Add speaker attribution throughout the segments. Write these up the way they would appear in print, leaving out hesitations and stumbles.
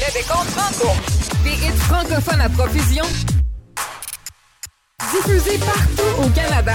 Speaker 1: Le décompte Franco. Des hits francophones à profusion. Diffusés partout au Canada.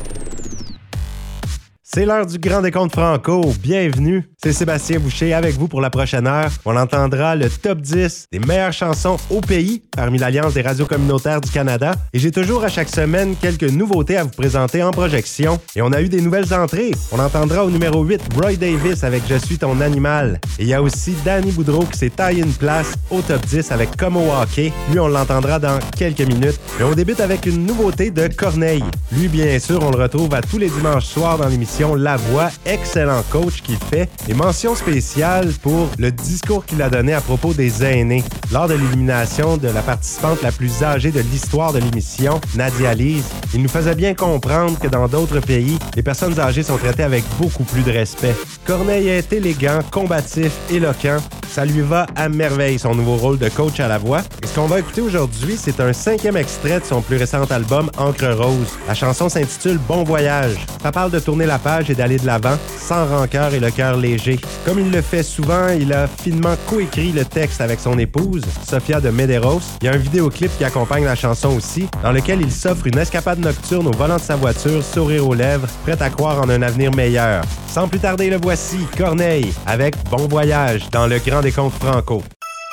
Speaker 2: C'est l'heure du Grand Décompte Franco. Bienvenue. C'est Sébastien Boucher avec vous pour la prochaine heure. On entendra le top 10 des meilleures chansons au pays parmi l'Alliance des radios communautaires du Canada. Et j'ai toujours à chaque semaine quelques nouveautés à vous présenter en projection. Et on a eu des nouvelles entrées. On entendra au numéro 8 Roy Davis avec Je suis ton animal. Et il y a aussi Danny Boudreau qui s'est taillé une place au top 10 avec Comme au hockey. Lui, on l'entendra dans quelques minutes. Et on débute avec une nouveauté de Corneille. Lui, bien sûr, on le retrouve à tous les dimanches soirs dans l'émission La Voix, excellent coach qu'il fait, et mention spéciale pour le discours qu'il a donné à propos des aînés. Lors de l'élimination de la participante la plus âgée de l'histoire de l'émission, Nadia Lise, il nous faisait bien comprendre que dans d'autres pays, les personnes âgées sont traitées avec beaucoup plus de respect. Corneille est élégant, combatif, éloquent. Ça lui va à merveille, son nouveau rôle de coach à La Voix. Et ce qu'on va écouter aujourd'hui, c'est un 5e extrait de son plus récent album Encre Rose. La chanson s'intitule Bon Voyage. Ça parle de tourner la page et d'aller de l'avant, sans rancœur et le cœur léger. Comme il le fait souvent, il a finement coécrit le texte avec son épouse, Sofia de Medeiros. Il y a un vidéoclip qui accompagne la chanson aussi, dans lequel il s'offre une escapade nocturne au volant de sa voiture, sourire aux lèvres, prêt à croire en un avenir meilleur. Sans plus tarder, le voici, Corneille, avec Bon Voyage, dans le Grand Décompte Franco.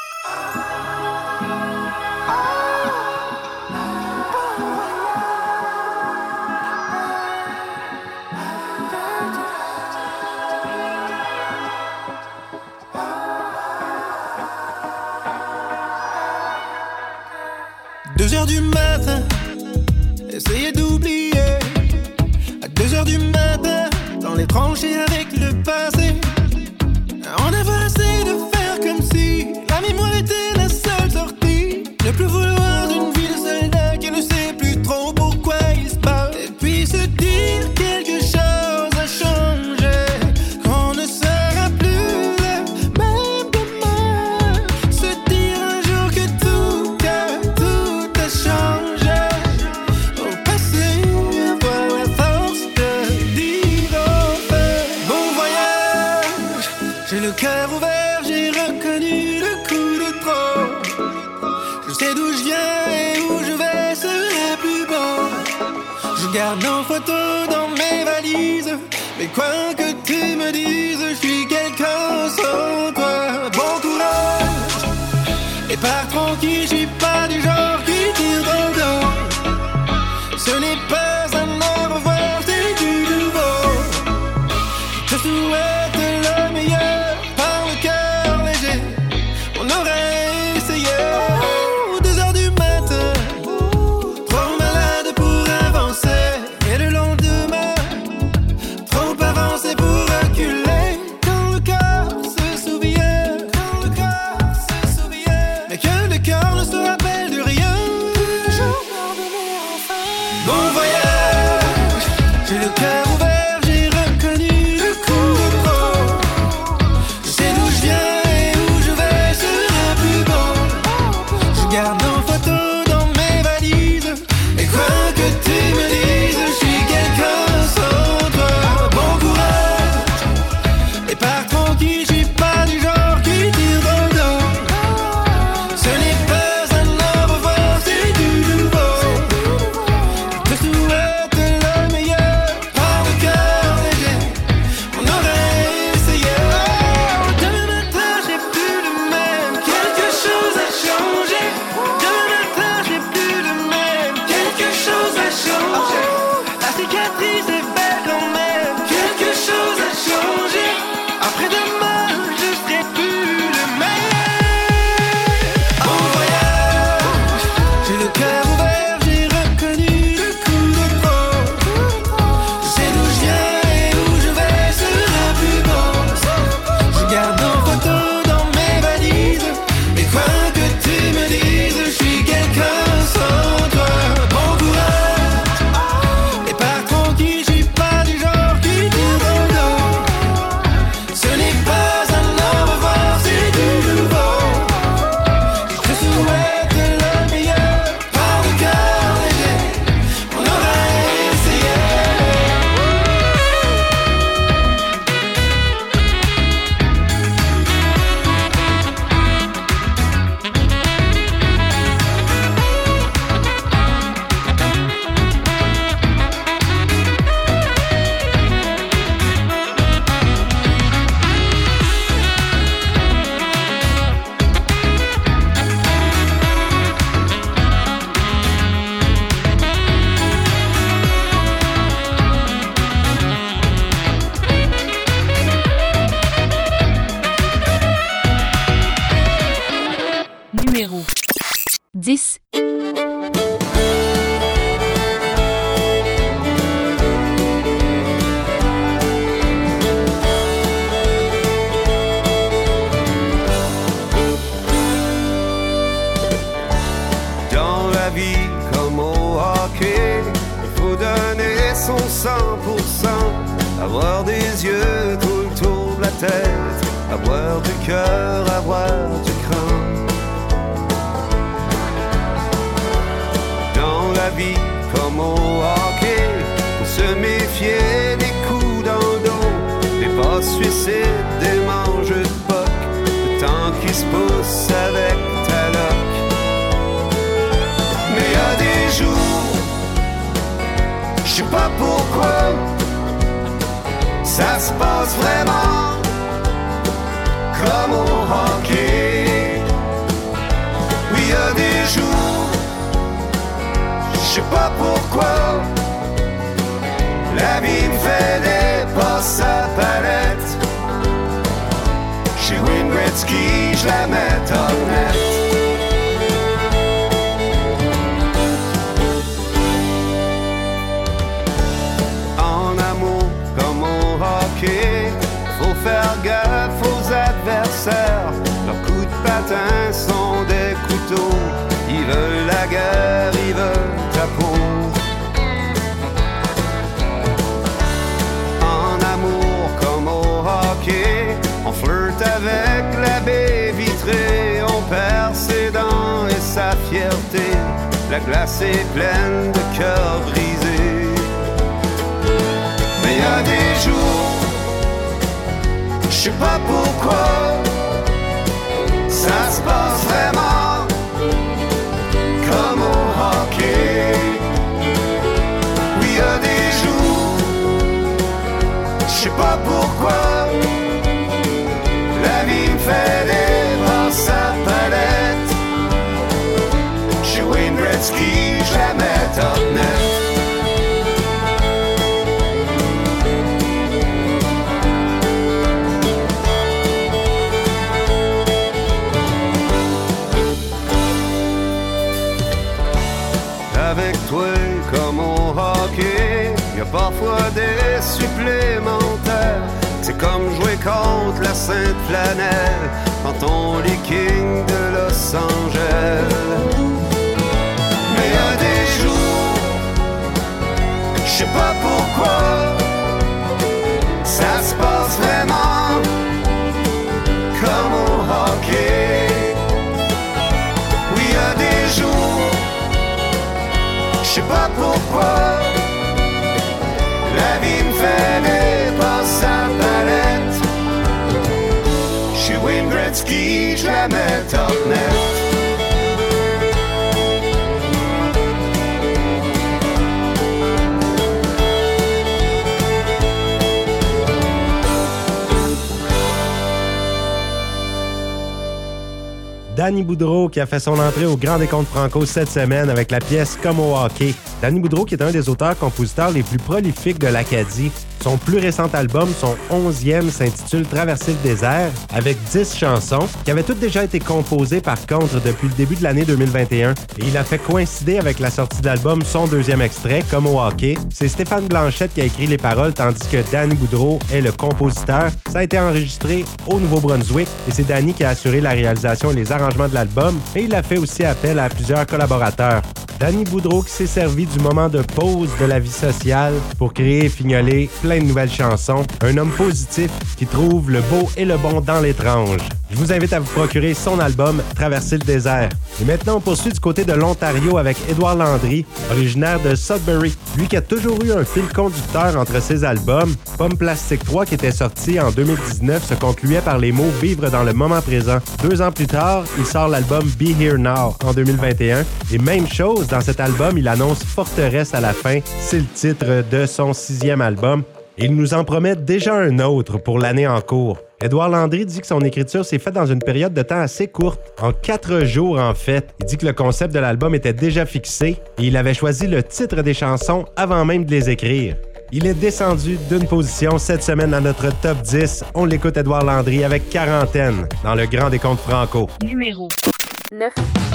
Speaker 3: Du matin, essayez d'oublier. À 2h du matin, dans les tranchées avec le passé, on avait essayé de faire comme si la mémoire était la seule sortie. Ne plus vouloir d'une vie de soldat qui ne sait plus trop pourquoi il se parle. Et puis se dire quelque chose a changé, qu'on ne sera plus le même demain. Se dire un jour que tout a changé. Au passé, avoir la force de dire au fait bon voyage. J'ai le cœur ouvert, j'ai reconnu le coup de trop. Je sais d'où je viens et où je vais, serait plus beau. Je garde en photo dans mes valises, mais quoi que tu me dises, je suis quelqu'un sans toi. Bon courage et pars tranquille, je suis pas du genre qui tire dans le dos. Ce n'est pas un au revoir, c'est du nouveau. Je te souhaite le meilleur, par le cœur léger. On aurait essayé. 2h du matin, trop malade pour avancer. Et le lendemain, trop avancé pour reculer. Quand le cœur se souvient, mais que le cœur ne se rappelle de rien. Bon voyage, j'ai le cœur ouvert, j'ai reconnu le coup de trop. Je sais d'où je viens et où je vais, serait
Speaker 4: Numéro 10.
Speaker 5: Dans la vie comme au hockey, il faut donner son 100%, avoir des yeux tout le tour de la tête, avoir du cœur, avoir du cran. Dans la vie comme au hockey, faut se méfier des coups dans le dos, des passes suicides, des manches de puck, le temps qui se pousse avec ta loque. Mais y a des jours, je sais pas pourquoi, ça se passe vraiment comme au hockey. Oui, y a des jours, je sais pas pourquoi, la vie me fait des passes à palette. Chez Wayne Gretzky, je la mets en net. Faut faire gaffe aux adversaires, leurs coups de patin sont des couteaux, ils veulent la guerre, ils veulent ta peau. En amour comme au hockey, on flirte avec la baie vitrée, on perd ses dents et sa fierté, la glace est pleine de cœurs brisés. Mais y a des jours, je sais pas pourquoi, ça se passe vraiment comme au hockey. Oui, y a des jours, je sais pas pourquoi, la vie me fait des passes à palette. Chez Wayne Gretzky, je la mets top net. Avec toi comme au hockey, y a parfois des supplémentaires. C'est comme jouer contre la Sainte Flanelle quand on est King de Los Angeles. Mais y a des jours, je sais pas pourquoi, ça se passe vraiment comme au hockey. Oui, y a des jours, je sais pas pourquoi, la vie me fait des passes à palette. Chez Wayne Gretzky, je la mets top net.
Speaker 2: Danny Boudreau qui a fait son entrée au Grand Décompte Franco cette semaine avec la pièce Comme au hockey. Danny Boudreau qui est un des auteurs-compositeurs les plus prolifiques de l'Acadie. Son plus récent album, son 11e, s'intitule Traverser le désert, avec 10 chansons qui avaient toutes déjà été composées par contre depuis le début de l'année 2021. Et il a fait coïncider avec la sortie d'album son deuxième extrait, Comme au hockey. C'est Stéphane Blanchette qui a écrit les paroles tandis que Danny Boudreau est le compositeur. Ça a été enregistré au Nouveau-Brunswick et c'est Danny qui a assuré la réalisation et les arrangements de l'album et il a fait aussi appel à plusieurs collaborateurs. Danny Boudreau qui s'est servi du moment de pause de la vie sociale pour créer et fignoler plein de nouvelles chansons. Un homme positif qui trouve le beau et le bon dans l'étrange. Je vous invite à vous procurer son album Traverser le désert. Et maintenant, on poursuit du côté de l'Ontario avec Édouard Landry, originaire de Sudbury. Lui qui a toujours eu un fil conducteur entre ses albums. Pomme Plastique 3 qui était sorti en 2019 se concluait par les mots « Vivre dans le moment présent ». 2 ans plus tard, il sort l'album « Be Here Now » en 2021. Et même chose, dans cet album, il annonce « Forteresse » à la fin. C'est le titre de son 6e album. Et il nous en promet déjà un autre pour l'année en cours. Édouard Landry dit que son écriture s'est faite dans une période de temps assez courte, en 4 jours en fait. Il dit que le concept de l'album était déjà fixé et il avait choisi le titre des chansons avant même de les écrire. Il est descendu d'une position cette semaine dans notre top 10. On l'écoute Édouard Landry avec Quarantaine dans le Grand Décompte Franco.
Speaker 4: Numéro 9.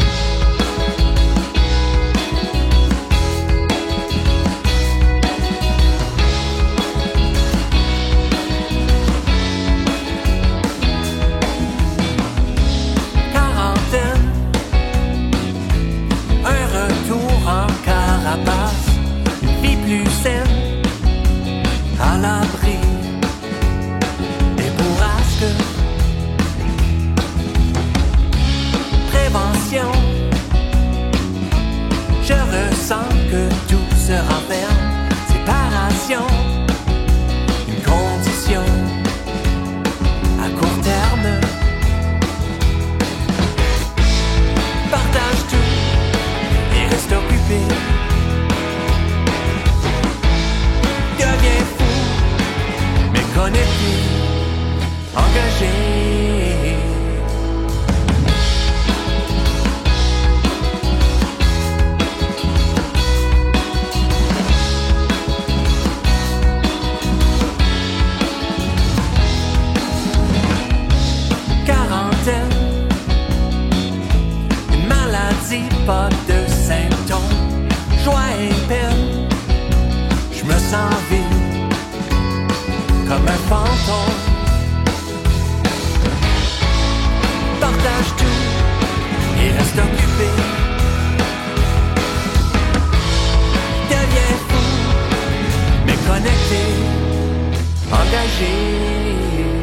Speaker 6: Une vie plus saine, à l'abri des bourrasques. Prévention, je ressens que tout se renferme. Séparation, une condition à court terme. Partage tout et reste occupé. Deviens fou, mais connecté, engagé. 40, une maladie, pas de symptômes, joie et peine. Je me sens vide, comme un fantôme. Partage tout et reste occupé. Deviens fou, mais connecté, engagé.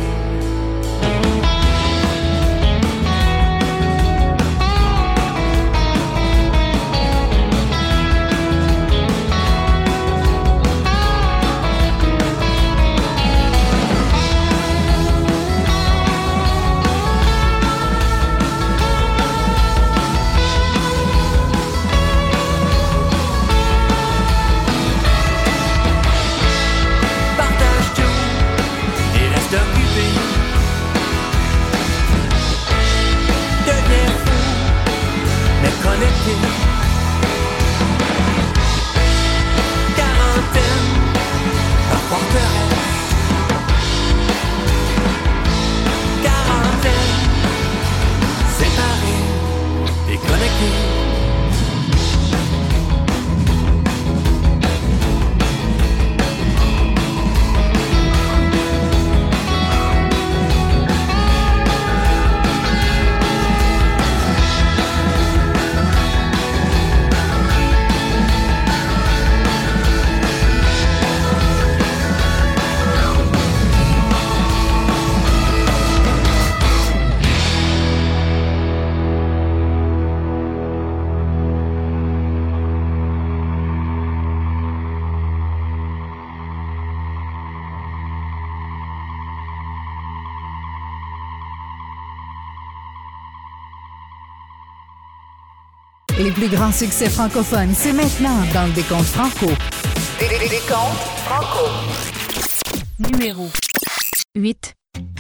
Speaker 1: Les plus grands succès francophones, c'est maintenant dans le Décompte Franco. Décompte Franco.
Speaker 4: Numéro 8.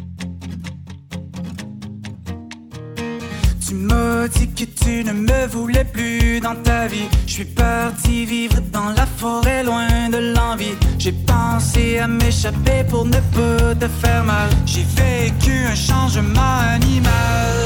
Speaker 7: Tu m'as dit que tu ne me voulais plus dans ta vie. Je suis parti vivre dans la forêt loin de l'envie. J'ai pensé à m'échapper pour ne pas te faire mal. J'ai vécu un changement animal.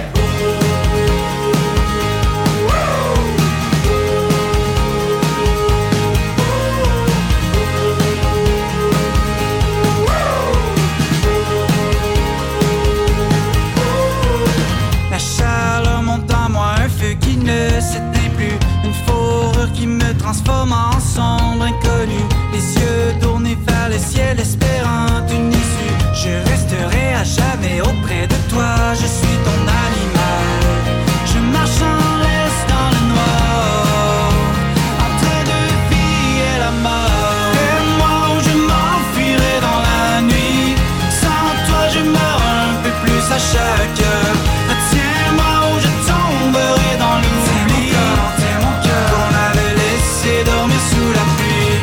Speaker 7: La chaleur monte en moi, un feu qui ne s'éteint plus. Une fourrure qui me transforme en sombre inconnu. Les yeux tournés vers le ciel, espérant une issue. Je resterai à jamais auprès de toi, je suis ton animal. Je marche en laisse dans le noir, entre deux vies et la mort. Et moi où je m'enfuirai dans la nuit. Sans toi je meurs un peu plus à chaque heure. Retiens-moi où je tomberai dans l'oubli. Tiens mon cœur, qu'on avait laissé dormir sous la pluie.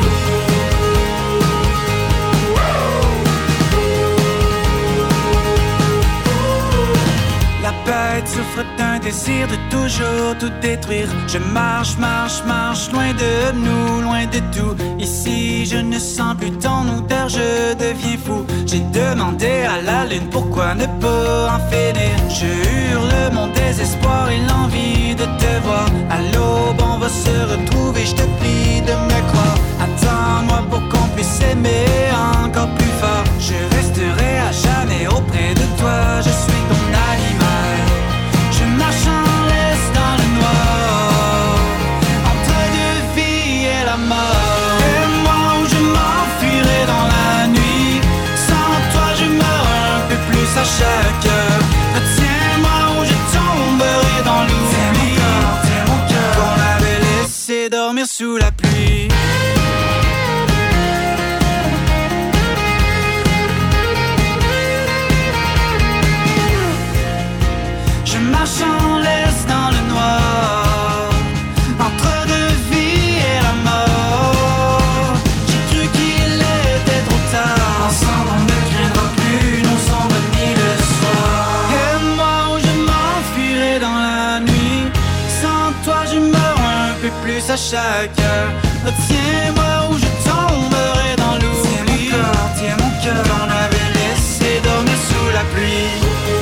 Speaker 7: La bête souffre d'un désir de toujours tout détruire. Je marche, marche, marche, loin de nous, loin de tout. Ici je ne sens plus ton odeur, je deviens fou. J'ai demandé à la lune pourquoi ne pas en finir. Je hurle mon désespoir et l'envie sous la pluie. Je marche en laisse dans le noir, entre deux vies et la mort. J'ai cru qu'il était trop tard. Ensemble on ne craindra plus nos sombres nuits le soir. Et moi où je m'enfuirai dans la nuit, sans toi je meurs un peu plus à chaque heure. Retiens-moi où je tomberai dans l'oubli. Tiens mon cœur, on avait laissé dormir sous la pluie.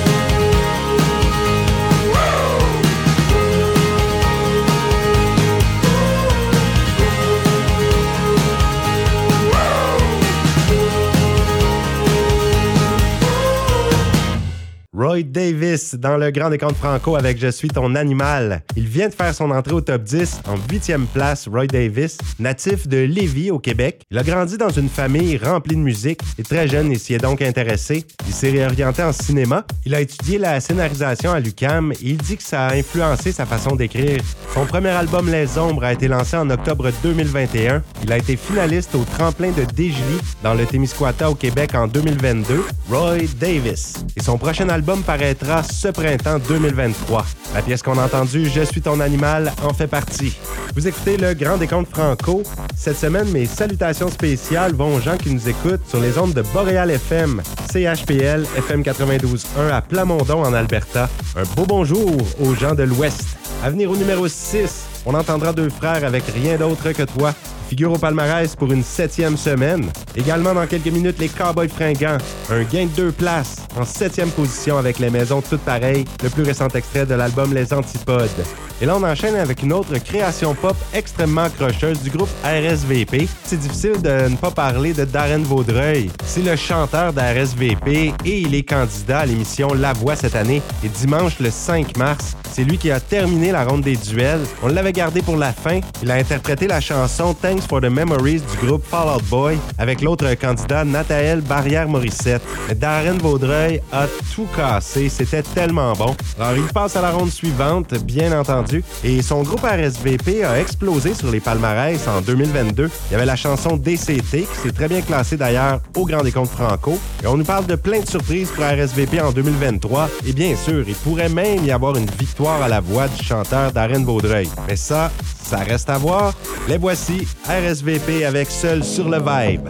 Speaker 2: Roy Davis dans le Grand Décompte Franco avec Je suis ton animal. Il vient de faire son entrée au top 10 en 8e place. Roy Davis, natif de Lévis au Québec. Il a grandi dans une famille remplie de musique et très jeune, il s'y est donc intéressé. Il s'est réorienté en cinéma. Il a étudié la scénarisation à l'UQAM et il dit que ça a influencé sa façon d'écrire. Son premier album Les Ombres a été lancé en octobre 2021. Il a été finaliste au tremplin de Dégely dans le Témiscouata au Québec en 2022. Roy Davis. Et son prochain album paraîtra ce printemps 2023. La pièce qu'on a entendue, Je suis ton animal, en fait partie. Vous écoutez le Grand Décompte Franco. Cette semaine, mes salutations spéciales vont aux gens qui nous écoutent sur les ondes de Boréal FM, CHPL, FM 92.1 à Plamondon en Alberta. Un beau bonjour aux gens de l'Ouest. À venir au numéro 6, on entendra deux frères avec Rien d'autre que toi. Figure au palmarès pour une 7e semaine. Également dans quelques minutes, les Cowboys fringants. Un gain de 2 places en 7e position avec Les Maisons toutes pareilles, le plus récent extrait de l'album Les Antipodes. Et là, on enchaîne avec une autre création pop extrêmement accrocheuse du groupe RSVP. C'est difficile de ne pas parler de Darren Vaudreuil. C'est le chanteur d'RSVP et il est candidat à l'émission La Voix cette année. Et dimanche, le 5 mars, c'est lui qui a terminé la ronde des duels. On l'avait gardé pour la fin. Il a interprété la chanson Thanks for the Memories du groupe Fall Out Boy avec l'autre candidat Nathaël Barrière-Morissette. Mais Darren Vaudreuil a tout cassé. C'était tellement bon. Alors, il passe à la ronde suivante, bien entendu. Et son groupe RSVP a explosé sur les palmarès en 2022. Il y avait la chanson DCT, qui s'est très bien classée d'ailleurs au Grand Décompte Franco. Et on nous parle de plein de surprises pour RSVP en 2023. Et bien sûr, il pourrait même y avoir une victoire à la voix du chanteur Darren Vaudreuil. Mais ça reste à voir. Les voici, RSVP avec Seul sur le Vibe.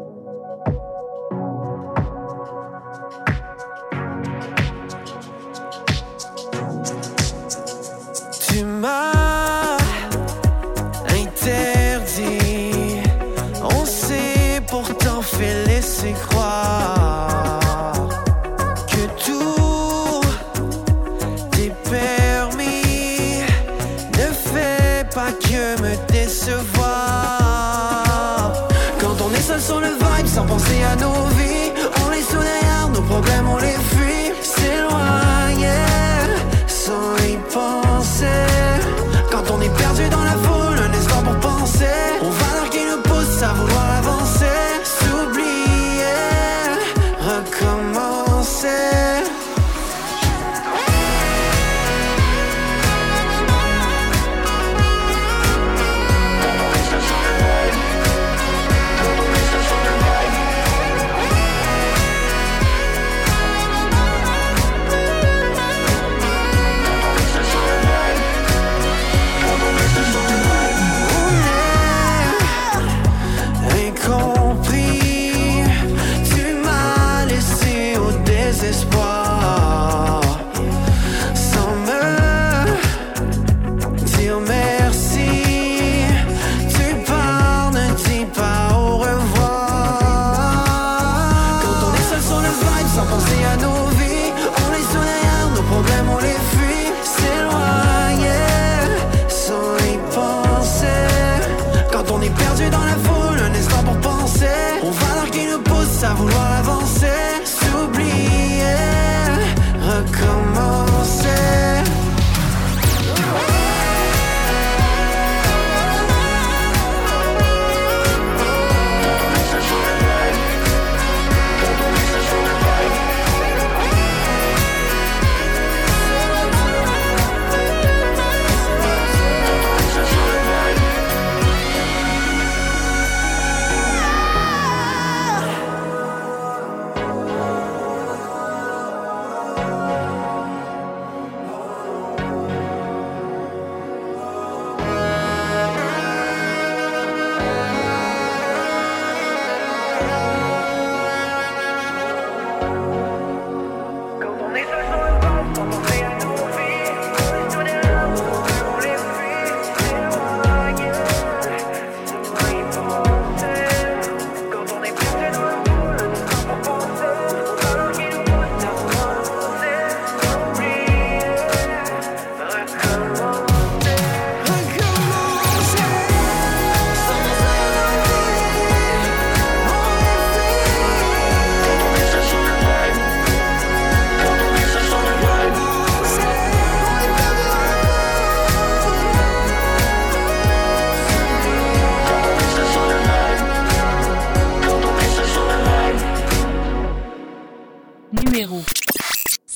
Speaker 3: Tu m'as interdit, on s'est pourtant fait laisser croire que tout t'est permis. Ne fais pas que me décevoir. Quand on est seul sur le vibe sans penser à nos vies, on les sous derrière, nos problèmes on les fuit. S'éloigner sans y penser. Quand on est perdu dans la foule, un instant pour penser aux valeurs qui nous poussent à vouloir avancer. S'oublier, recommencer.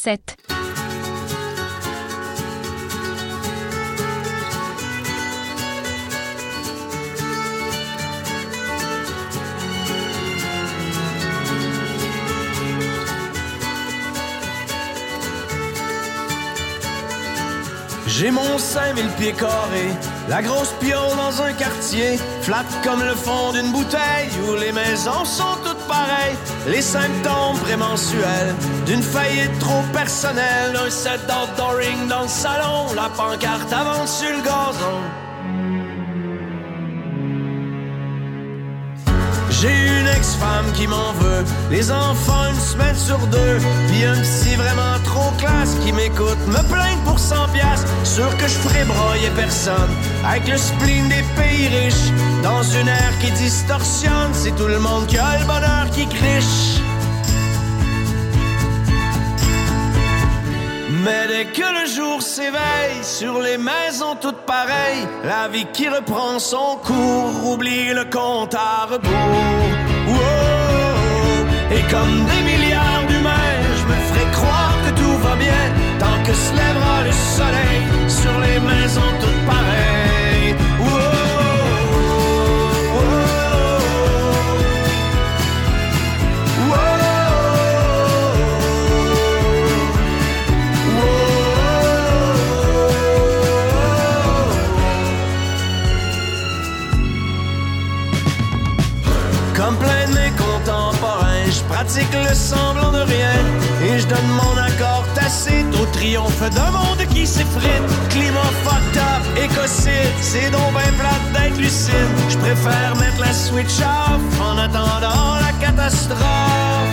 Speaker 4: 7.
Speaker 8: J'ai mon 5000 pieds carrés, la grosse piole dans un quartier, flat comme le fond d'une bouteille, où les maisons sont toutes pareilles. Les symptômes prémensuels d'une faillite trop personnelle, un set d'outdooring dans le salon, la pancarte à vendre sur le gazon. J'ai une ex-femme qui m'en veut, les enfants une semaine sur 2, puis un psy vraiment trop classe qui m'écoute, me plaindre pour 100$, sûr que je ferai broyer personne, avec le spleen des pays riches, dans une ère qui distorsionne, c'est tout le monde qui a le bonheur qui criche. Mais dès que le jour s'éveille, sur les maisons toutes pareilles, la vie qui reprend son cours, oublie le compte à rebours. Wow. Et comme des milliards d'humains, je me ferai croire que tout va bien, tant que se lèvera le soleil, sur les maisons toutes pareilles. Wow. Comme plein de mes contemporains, je pratique le semblant de rien et je donne mon accord tacite au triomphe d'un monde qui s'effrite. Climat fucked up, écocide, c'est donc ben plate d'être lucide. Je préfère mettre la switch off en attendant la catastrophe.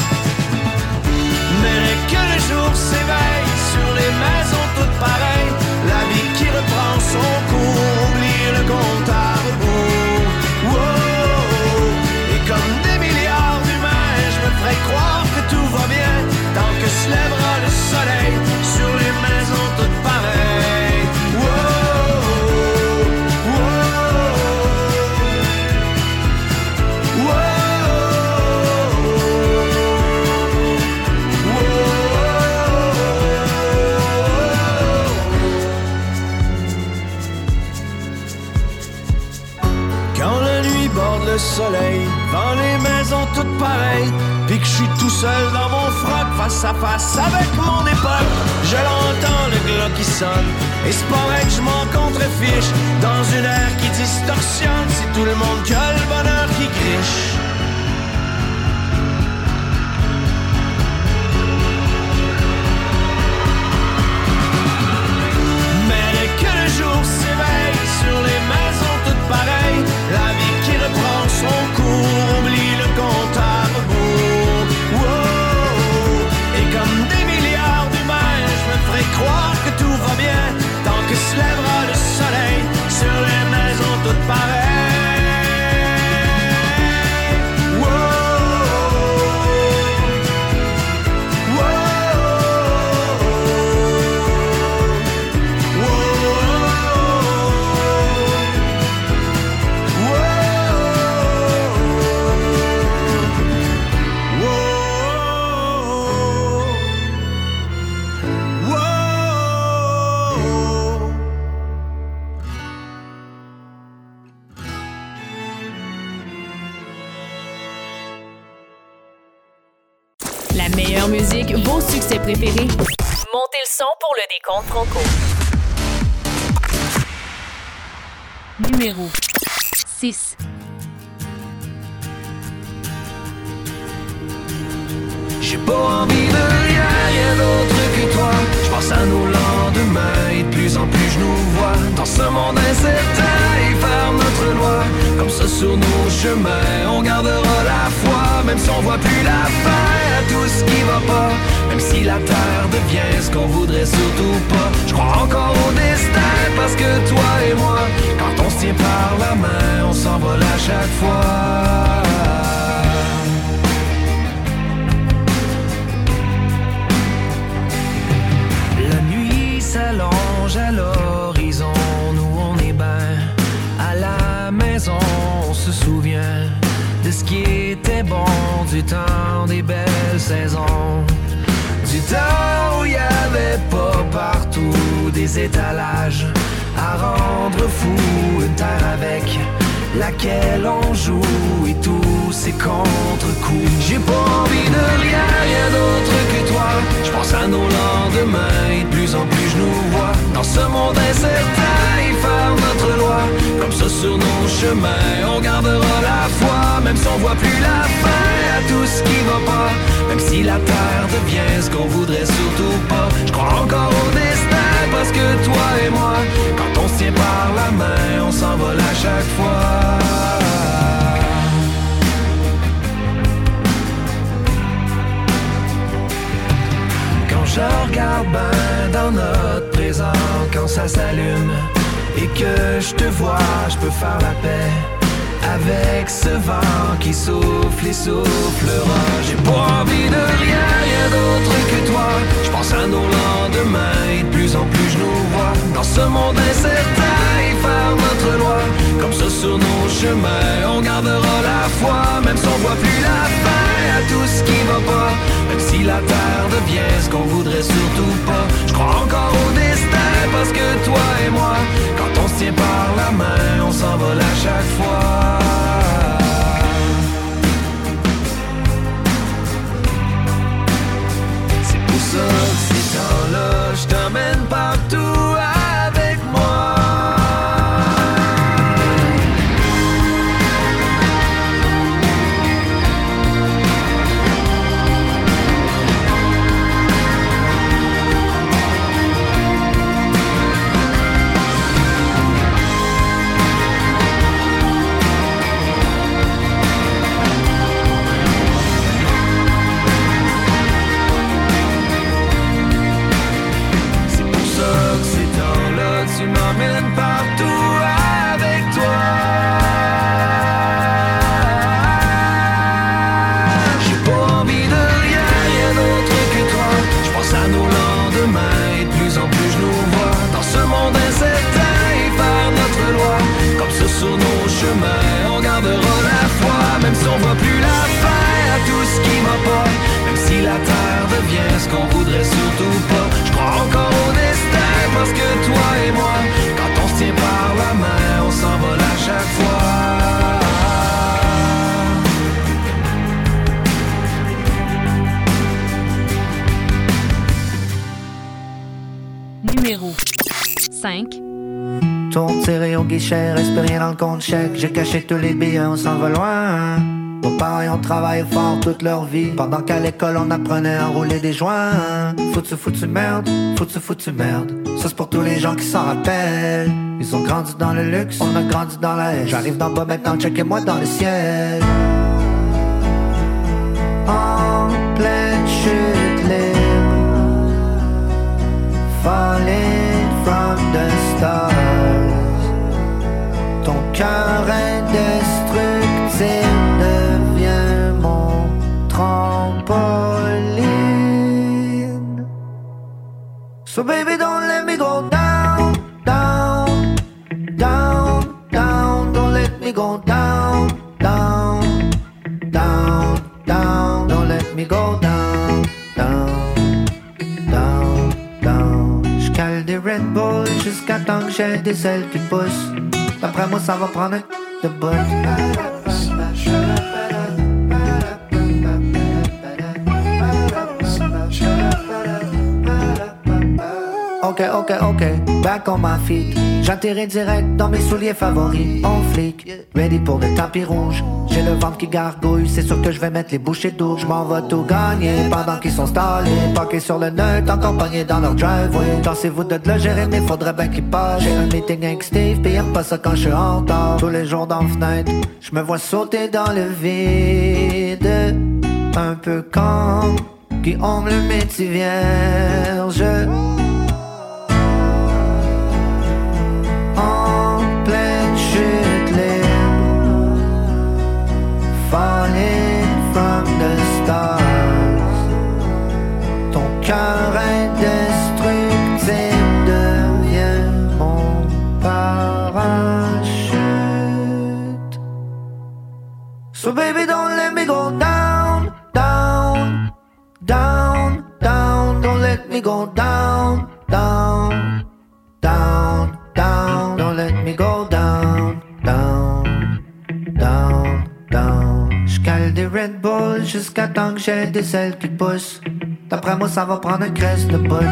Speaker 8: Mais dès que le jour s'éveille, sur les maisons toutes pareilles, la vie qui reprend son cours, oublie le compte à rebours. Wow. Comme des milliards d'humains, je me ferai croire que tout va bien, tant que se lèvera le soleil, sur les maisons toutes pareilles. Wow, wow, wow, wow. Quand la nuit borde le soleil, dans les maisons toutes pareilles, pis que je suis tout seul dans mon froc, face à face avec mon époque. Je l'entends le glas qui sonne, et c'est pas vrai que je m'en contrefiche. Dans une ère qui distorsionne, c'est tout le monde qui a le bonheur qui criche. Mais dès que le jour s'éveille, sur les maisons toutes pareilles, la vie qui reprend son cours, oublie le compte à rebours. Wow. Et comme des milliards d'humains, je me ferai croire que tout va bien, tant que se lèvera le soleil, sur les maisons toutes pareilles.
Speaker 9: La meilleure musique, vos succès préférés. Montez le son pour le décompte Franco.
Speaker 4: Numéro 6.
Speaker 8: J'ai pas envie de rien d'autre que toi. Je pense à nos lendemains et de plus en plus je nous vois dans ce monde incertain et faire notre loi. Comme ça sur nos chemins, on gardera la foi, même si on voit plus la fin à tout ce qui va pas. Même si la terre devient ce qu'on voudrait surtout pas. Je crois encore au destin parce que toi et moi, quand on se tient par la main, on s'envole à chaque fois. S'allonge à l'horizon, nous on est ben à la maison, on se souvient de ce qui était bon, du temps des belles saisons, du temps des étalages à rendre fou, une terre avec laquelle on joue et tous ces contre-coups. J'ai pas envie de rien d'autre que toi. Je pense à nos lendemains et de plus en plus je nous vois dans ce monde incertain y faire notre loi. Comme ça sur nos chemins, on gardera la foi, même si on voit plus la fin à tout ce qui va pas. Même si la terre devient ce qu'on voudrait surtout pas. Je crois encore au destin parce que toi et moi, quand on se tient par la main, on s'envole à chaque fois. Quand je regarde ben dans notre présent, quand ça s'allume et que je te vois, je peux faire la paix avec ce vent qui souffle et soufflera. J'ai pas envie de rien d'autre que toi. Je pense à nos lendemains et de plus en plus je nous vois dans ce monde incertain y faire notre loi. Comme ça sur nos chemins, on gardera la foi, même si on voit plus la fin à tout ce qui va pas. Même si la terre devient ce qu'on voudrait surtout pas. Je crois encore au destin parce que toi et moi, quand on se tient par la main, on s'envole à chaque fois. C'est pour ça que ces temps-là, je t'emmène partout avec moi. Tu m'emmènes partout avec toi. J'ai pas envie de rien d'autre que toi. Je pense à nos lendemains et de plus en plus je nous vois dans ce monde incertain et faire notre loi. Comme ça sur nos chemins, on gardera la foi, même si on voit plus la fin à tout ce qui va pas. Même si la terre devient ce qu'on voudrait surtout pas. Je crois encore au destin parce que toi et moi, quand on se tient par la main, on s'envole à chaque fois.
Speaker 4: Numéro 5.
Speaker 10: Tourne tiré au guichet, reste rien dans le compte chèque. J'ai caché tous les billets, on s'en va loin. Nos parents ont travaillé fort toute leur vie. Pendant qu'à l'école on apprenait à rouler des joints. Foutu merde, foutu merde. Ça c'est pour tous les gens qui s'en rappellent. Ils ont grandi dans le luxe, on a grandi dans la haine. J'arrive d'en bas maintenant, checkez-moi dans le ciel. En pleine chute libre, falling from the stars. Ton cœur indestructible devient mon trampoline. So baby don't let me go down, down, down, down. Don't let me go down, down, down, down. Don't let me go down, down, down, down. J'cale des Red Bull jusqu'à temps que j'ai des ailes qui poussent. D'après moi ça va prendre un de bout. Ok, back on my feet. J'atterris direct dans mes souliers favoris. On flic, ready pour le tapis rouge. J'ai le ventre qui gargouille, c'est sûr que je vais mettre les bouchées doubles. Je m'en vais tout gagner pendant qu'ils sont stallés. Parqués sur le neutre, encore pognés dans leur driveway. Tassez-vous de le gérer, mais faudrait bien qu'ils passent. J'ai un meeting avec Steve, pis y'aime pas ça quand je suis en retard. Tous les jours dans la fenêtre, je me vois sauter dans le vide. Un peu comme Guillaume le métier vierge. En pleine chute libre, falling from the stars. Ton cœur indestructible devient mon parachute. So baby don't let me go down, down, down, down. Don't let me go down, down, jusqu'à temps que j'ai des ailes qui poussent. D'après moi, ça va prendre un crèche de bout.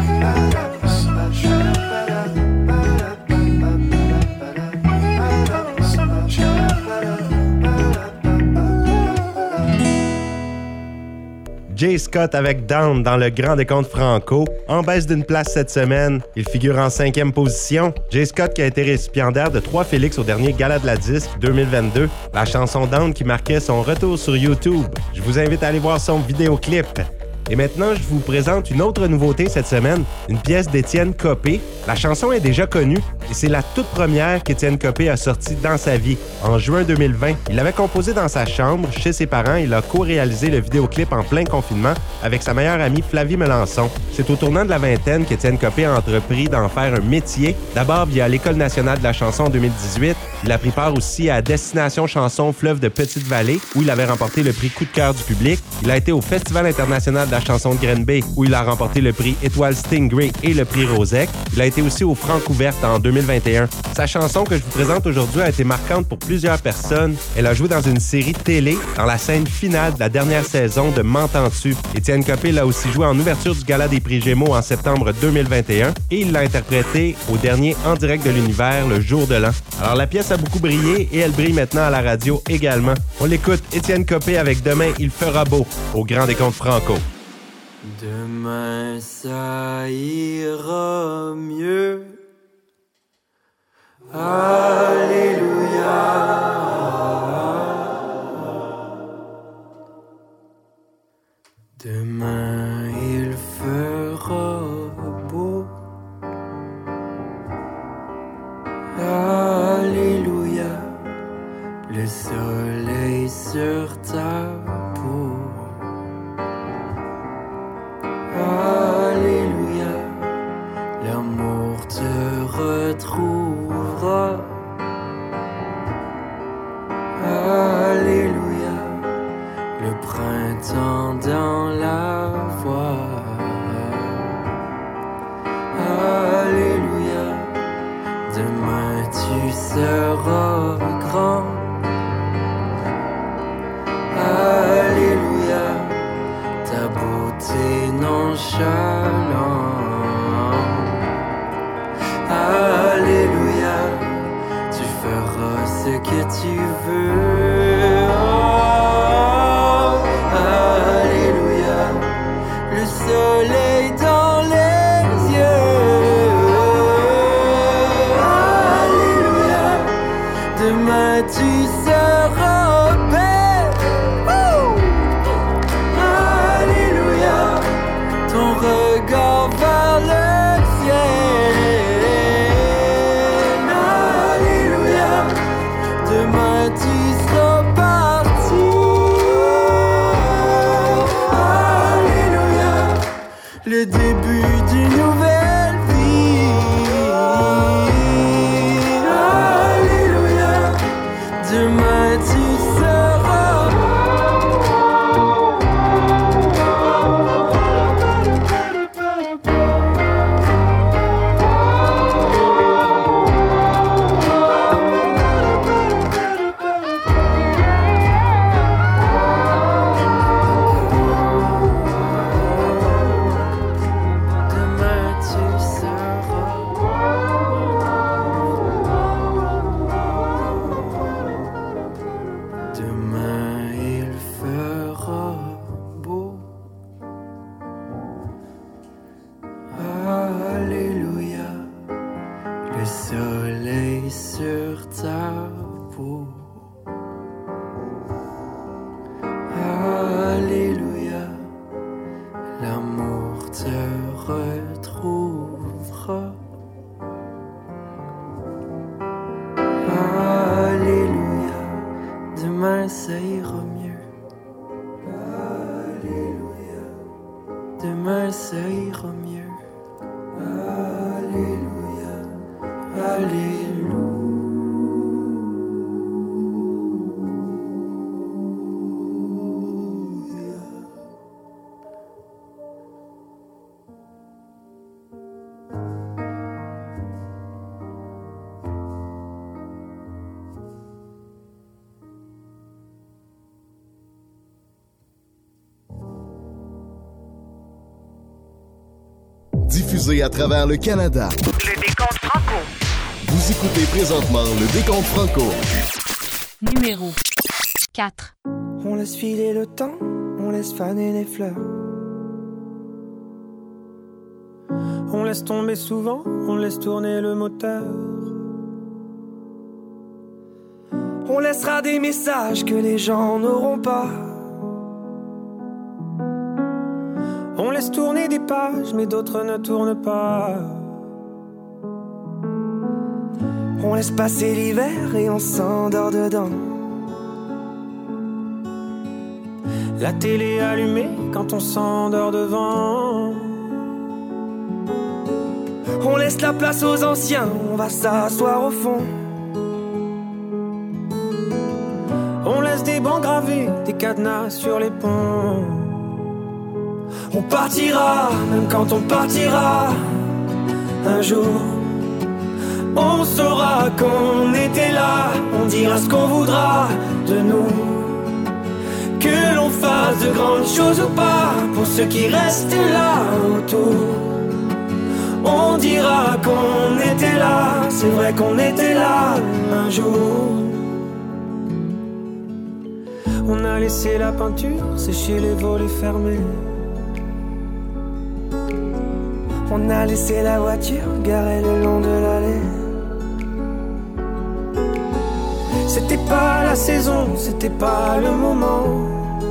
Speaker 2: Jay Scott avec Down dans le Grand Décompte Franco. En baisse d'une place cette semaine, il figure en 5e position. Jay Scott qui a été récipiendaire de 3 Félix au dernier Gala de la Disque 2022. La chanson Down qui marquait son retour sur YouTube. Je vous invite à aller voir son vidéoclip. Et maintenant, je vous présente une autre nouveauté cette semaine, une pièce d'Étienne Copé. La chanson est déjà connue et c'est la toute première qu'Étienne Copé a sortie dans sa vie, en juin 2020. Il l'avait composée dans sa chambre, chez ses parents. Il a co-réalisé le vidéoclip en plein confinement avec sa meilleure amie Flavie Melançon. C'est au tournant de la vingtaine qu'Étienne Copé a entrepris d'en faire un métier. D'abord via l'École nationale de la chanson en 2018. Il a pris part aussi à Destination Chanson Fleuve de Petite-Vallée, où il avait remporté le prix Coup de cœur du public. Il a été au Festival international de la chanson de Green Bay, où il a remporté le prix Étoile Stingray et le prix Rosec. Il a été aussi au Francouverte en 2021. Sa chanson que je vous présente aujourd'hui a été marquante pour plusieurs personnes. Elle a joué dans une série télé, dans la scène finale de la dernière saison de M'entends-tu. Étienne Copé l'a aussi joué en ouverture du Gala des prix Gémeaux en septembre 2021 et il l'a interprété au dernier En direct de l'univers, le jour de l'an. Alors la pièce a beaucoup brillé et elle brille maintenant à la radio également. On l'écoute, Étienne Copé avec Demain il fera beau au Grand Décompte Franco.
Speaker 11: Demain ça ira mieux. Alléluia. Demain il fera beau. Alléluia. Le soleil sur ta peau. Alléluia, l'amour te retrouvera. Alléluia, le printemps dans la voie. Alléluia, demain tu seras grand. Alléluia, ta beauté nonchalante. Alléluia, tu feras ce que tu veux. Oh, alléluia, le soleil dans les yeux. Alléluia, demain tu seras belle. Alléluia, ton regard vers le ciel. Alléluia, demain tu seras parti. Alléluia, le début d'une nouvelle vie. Alléluia, demain tu seras. Demain il fera beau. Alléluia, le soleil sur ta peau. Alléluia, l'amour te retrouvera. Alléluia, demain ça ira mieux. Alléluia, demain ça ira mieux. Alléluia, alléluia.
Speaker 12: diffusé à travers le Canada.
Speaker 1: Le décompte franco.
Speaker 12: Vous écoutez présentement le décompte franco.
Speaker 4: Numéro 4.
Speaker 11: On laisse filer le temps, on laisse faner les fleurs. On laisse tomber souvent, on laisse tourner le moteur. On laissera des messages que les gens n'auront pas. On laisse tourner des pages, mais d'autres ne tournent pas. On laisse passer l'hiver et on s'endort dedans. La télé allumée quand on s'endort devant. On laisse la place aux anciens, on va s'asseoir au fond. On laisse des bancs gravés, des cadenas sur les ponts. On partira, même quand on partira. Un jour, on saura qu'on était là. On dira ce qu'on voudra de nous. Que l'on fasse de grandes choses ou pas, pour ceux qui restent là autour. On dira qu'on était là, c'est vrai qu'on était là un jour. On a laissé la peinture sécher les volets fermés. On a laissé la voiture garée le long de l'allée. C'était pas la saison, c'était pas le moment.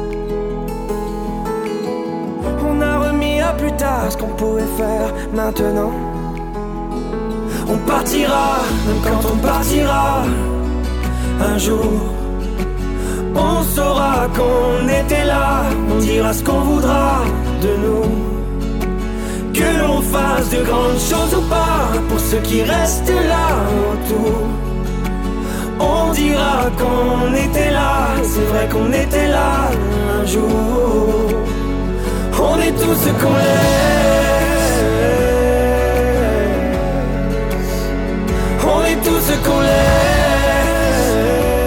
Speaker 11: On a remis à plus tard ce qu'on pouvait faire maintenant. On partira, même quand on partira. Un jour, on saura qu'on était là. On dira ce qu'on voudra de nous. Que l'on fasse de grandes choses ou pas, pour ceux qui restent là autour. On dira qu'on était là, c'est vrai qu'on était là un jour. On est tous ce qu'on laisse. On est tous ce qu'on laisse.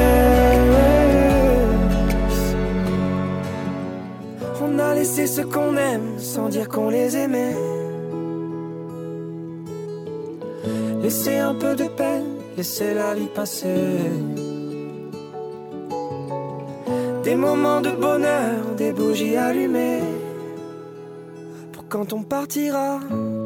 Speaker 11: On a laissé ce qu'on aime sans dire qu'on les aimait. Laissez un peu de peine, laissez la vie passer. Des moments de bonheur, des bougies allumées. Pour quand on partira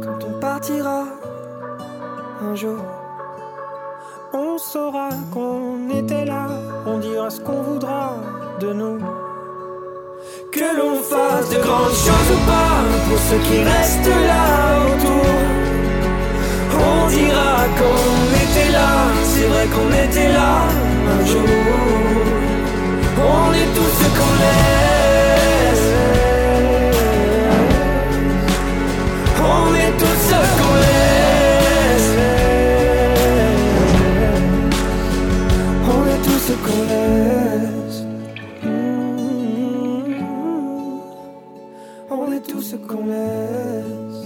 Speaker 11: un jour. On saura qu'on était là, on dira ce qu'on voudra de nous. Que l'on fasse de grandes choses ou pas, pour ceux qui restent là autour. On dira qu'on était là, c'est vrai qu'on était là un jour. On est tous ce qu'on laisse. On est tous ce qu'on laisse. On est tous ce qu'on laisse. On est tous ce qu'on laisse.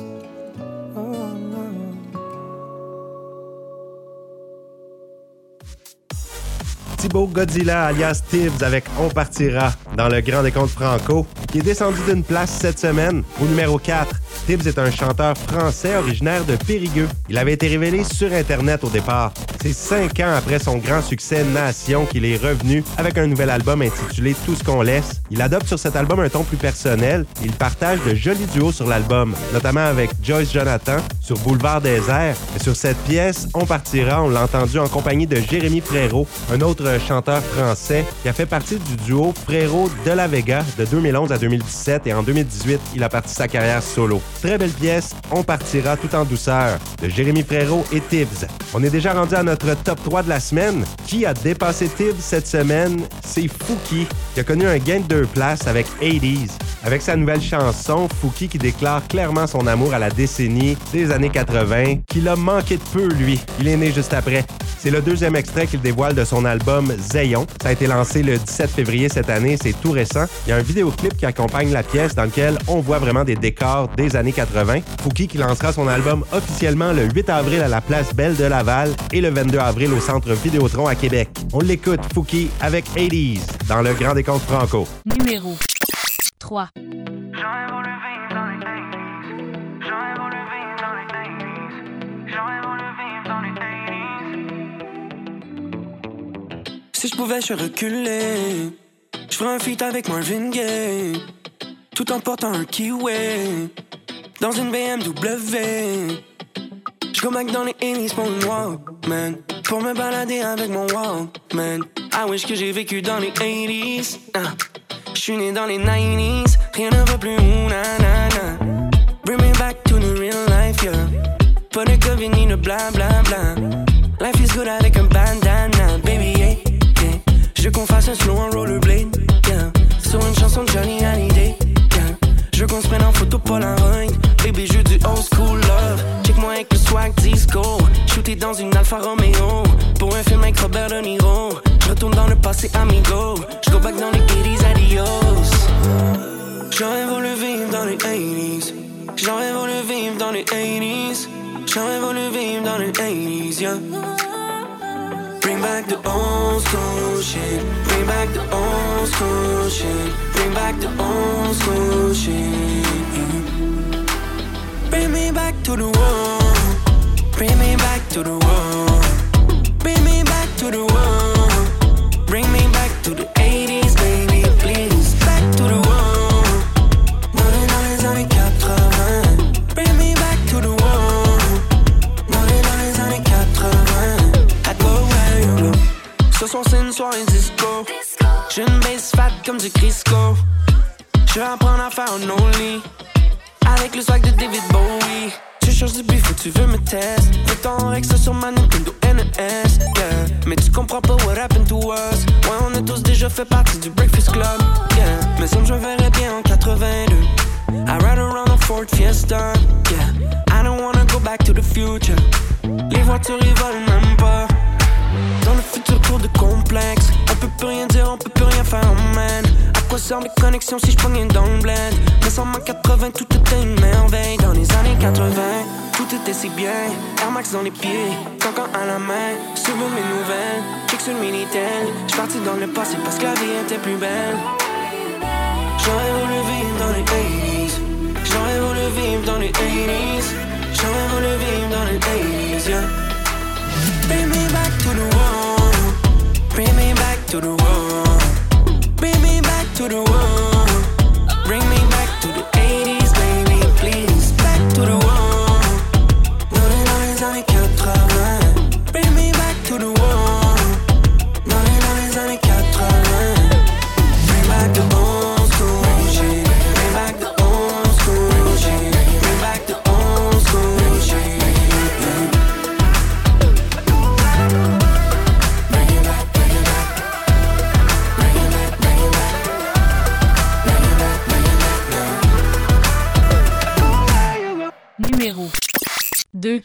Speaker 2: Thibaut Godzilla alias Tibbs avec On partira dans le Grand Décompte franco, qui est descendu d'une place cette semaine au numéro 4. Tibbs est un chanteur français originaire de Périgueux. Il avait été révélé sur Internet au départ. C'est 5 ans après son grand succès Nation qu'il est revenu avec un nouvel album intitulé Tout ce qu'on laisse. Il adopte sur cet album un ton plus personnel. Il partage de jolis duos sur l'album, notamment avec Joyce Jonathan sur Boulevard des Airs. Et sur cette pièce, On partira, on l'a entendu en compagnie de Jérémy Frérot, un autre chanteur français qui a fait partie du duo Frérot de la Vega de 2011 à 2017 et en 2018, il a parti sa carrière solo. Très belle pièce, On partira tout en douceur de Jérémy Frérot et Tibbs. On est déjà rendu à notre top 3 de la semaine. Qui a dépassé Tibbs cette semaine? C'est Fouki, qui a connu un gain de 2 places avec 80s. Avec sa nouvelle chanson, Fouki qui déclare clairement son amour à la décennie des années 80, qu'il a manqué de peu, lui. Il est né juste après. C'est le deuxième extrait qu'il dévoile de son album Zayon. Ça a été lancé le 17 février cette année, c'est tout récent. Il y a un vidéoclip qui accompagne la pièce dans lequel on voit vraiment des décors des années 80. Fouki qui lancera son album officiellement le 8 avril à la Place Belle de Laval et le 22 avril au Centre Vidéotron à Québec. On l'écoute, Fouki, avec 80s dans le Grand Décompte franco.
Speaker 4: Numéro 3.
Speaker 13: J'aurais voulu vivre dans les 80s. J'aurais voulu vivre dans les
Speaker 11: Si je pouvais, je reculais. Je ferais un feat avec Marvin Gaye, tout en portant un kiwi dans une BMW. Je go back dans les 80s pour une Walkman, pour me balader avec mon Walkman. I wish que j'ai vécu dans les 80s. Je suis né dans les 90s, rien ne va plus, na. Bring me back to the real life, yeah. Pas de COVID ni de bla bla bla. Life is good avec un bandana, baby, yeah, yeah. Je veux qu'on fasse un slow en rollerblade, yeah. Sur une chanson de Johnny Hallyday, yeah. Je veux qu'on se prenne en photo Polaroid, baby, je veux du old school love. Check-moi avec le swag disco, shooté dans une Alfa Romeo, pour un film avec Robert De Niro. Je retourne dans le passé, amigo. Je go back dans les 80s, adios. J'aurais voulu vivre dans les 80s. J'aurais voulu vivre dans les 80s. J'aurais voulu vivre dans les 80s, yeah. Bring back the old school shit. Bring back the old school shit. Bring back the old school shit. Bring me back to the world. Bring me back to the world. Bring me back to the world. Bring me back to the 80s, baby, please. Back to the world. Dans les années 80. Bring me back to the world. Dans les années 80. I'd go where you go. Ce soir c'est une soirée disco. J'ai une bass fat comme du Crisco. Je vais apprendre à faire un only avec le swag de David Bowie. Tu cherches du beef ou tu veux me test. Fais ton Rex sur ma Nintendo NES, yeah. Mais tu comprends pas what happened to us. Ouais, on a tous déjà fait partie du Breakfast Club, yeah. Mais ça me je me verrais bien en 82. I ride around a Ford Fiesta, yeah. I don't wanna go back to the future. Les voitures ils volent même pas. Dans le futur trop de complexe. On peut plus rien dire, on peut plus rien faire, oh man. À quoi servent les connexions si je pognais dans le bled? Mais en 80, tout était une merveille. Dans les années 80, tout était si bien. Air Max dans les pieds, cancan à la main. Suivre mes nouvelles, check sur le Minitel. J'suis parti dans le passé parce que la vie était plus belle. J'aurais voulu vivre dans les 80s. J'aurais voulu vivre dans les 80s. J'aurais voulu vivre dans les 80s, yeah. Bring me back to the world. Bring me back to the world. Bring me back to the world. Bring me back to the 80s, baby, please. Back to the world. Dans les années 80. Bring me back to the world. Dans les années 80. Bring back the old school shit. Bring back the old school shit. Bring back the old school shit.
Speaker 4: Numéro 2.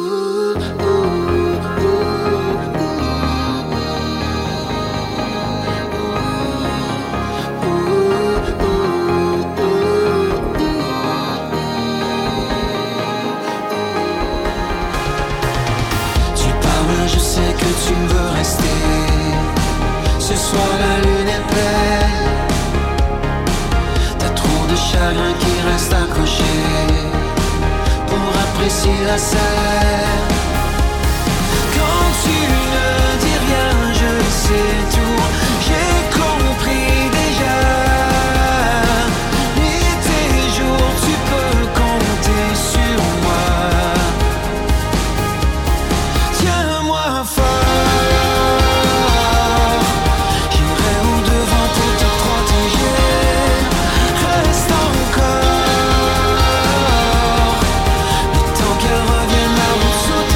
Speaker 6: Je sais que tu veux rester. Ce soir la lune est belle. T'as trop de chagrin qui reste accroché pour apprécier la scène. Quand tu ne dis rien, je sais tout. J'ai compris déjà. Nuit et jour, tu peux compter sur moi. Tiens-moi fort. J'irai au-devant pour te protéger. Reste encore. Le temps qu'elle revienne à bout.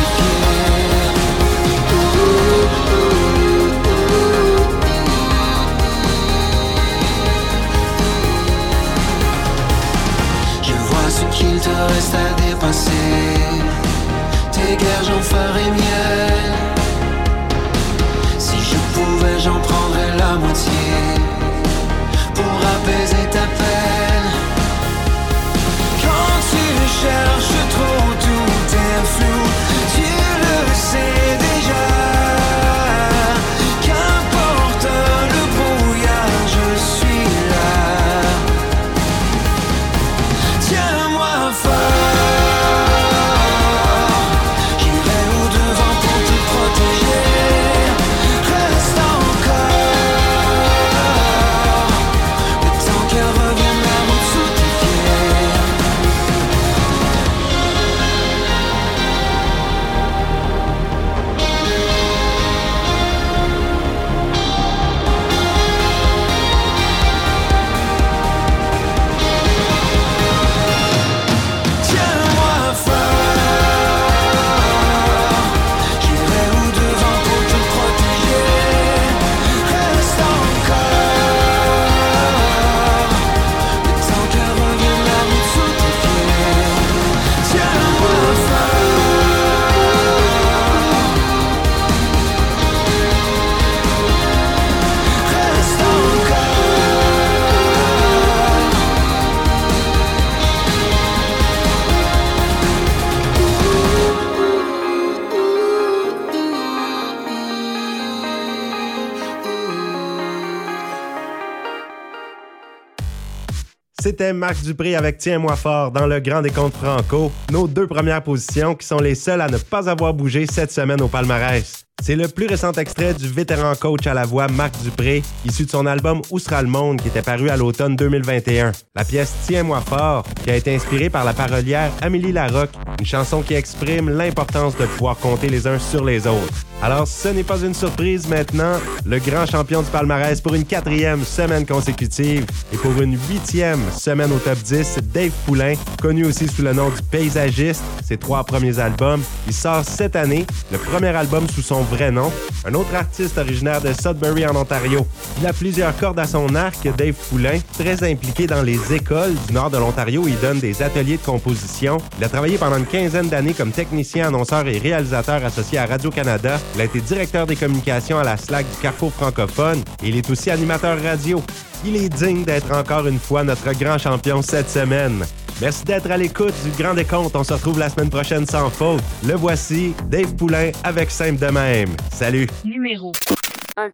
Speaker 2: C'était Marc Dupré avec Tiens-moi fort dans le Grand Décompte Franco, nos 2 premières positions qui sont les seules à ne pas avoir bougé cette semaine au palmarès. C'est le plus récent extrait du vétéran coach à la voix Marc Dupré, issu de son album Où sera le monde qui était paru à l'automne 2021. La pièce Tiens-moi fort, qui a été inspirée par la parolière Amélie Larocque, une chanson qui exprime l'importance de pouvoir compter les uns sur les autres. Alors, ce n'est pas une surprise maintenant, le grand champion du palmarès pour une 4e semaine consécutive et pour une 8e semaine au top 10, Dave Poulain, connu aussi sous le nom du Paysagiste, ses 3 premiers albums. Il sort cette année le premier album sous son vrai nom, un autre artiste originaire de Sudbury en Ontario. Il a plusieurs cordes à son arc, Dave Poulain, très impliqué dans les écoles du nord de l'Ontario où il donne des ateliers de composition. Il a travaillé pendant une quinzaine d'années comme technicien, annonceur et réalisateur associé à Radio-Canada. Il a été directeur des communications à la SLAC du Carrefour francophone et il est aussi animateur radio. Il est digne d'être encore une fois notre grand champion cette semaine. Merci d'être à l'écoute du Grand Décompte. On se retrouve la semaine prochaine sans faute. Le voici, Dave Poulain avec Simple de même. Salut!
Speaker 4: Numéro 1.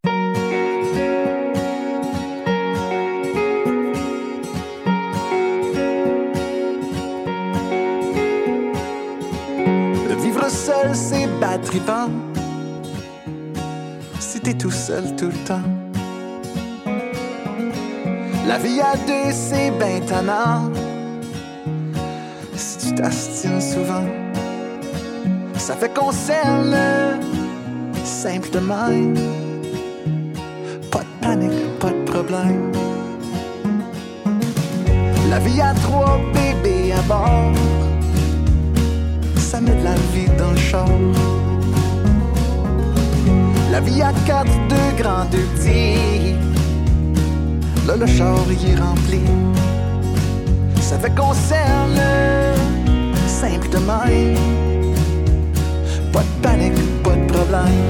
Speaker 13: Vivre seul, c'est battrivant. Si t'es tout seul tout le temps. La vie à 2, c'est ben tannant. Si tu t'astines souvent, ça fait qu'on s'aime simple de même. Pas de panique, pas de problème. La vie à 3, bébés à bord, ça met de la vie dans le char. La vie à 4, 2 grands, 2 petits, là le char y est rempli. Ça fait qu'on s'aime simple de même. Pas de panique, pas de problème.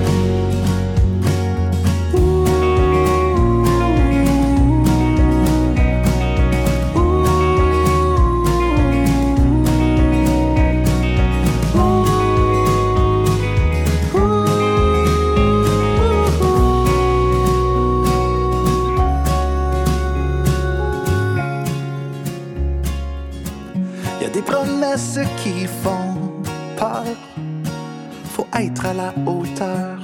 Speaker 13: Promesses qui font peur, faut être à la hauteur.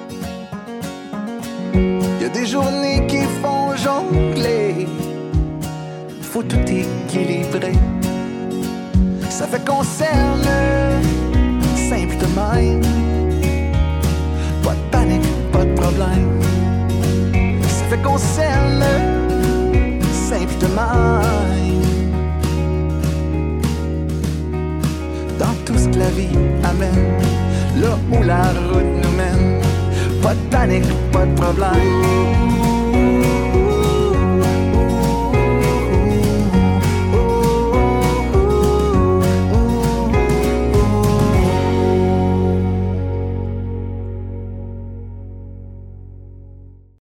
Speaker 13: Y a des journées qui font jongler, faut tout équilibrer. Ça fait qu'on s'aime simple de même. Pas de panique, pas de problème. Ça fait qu'on s'aime simple de même. Dans tout ce que la vie amène, là où la route nous mène, pas de panique, pas de problème.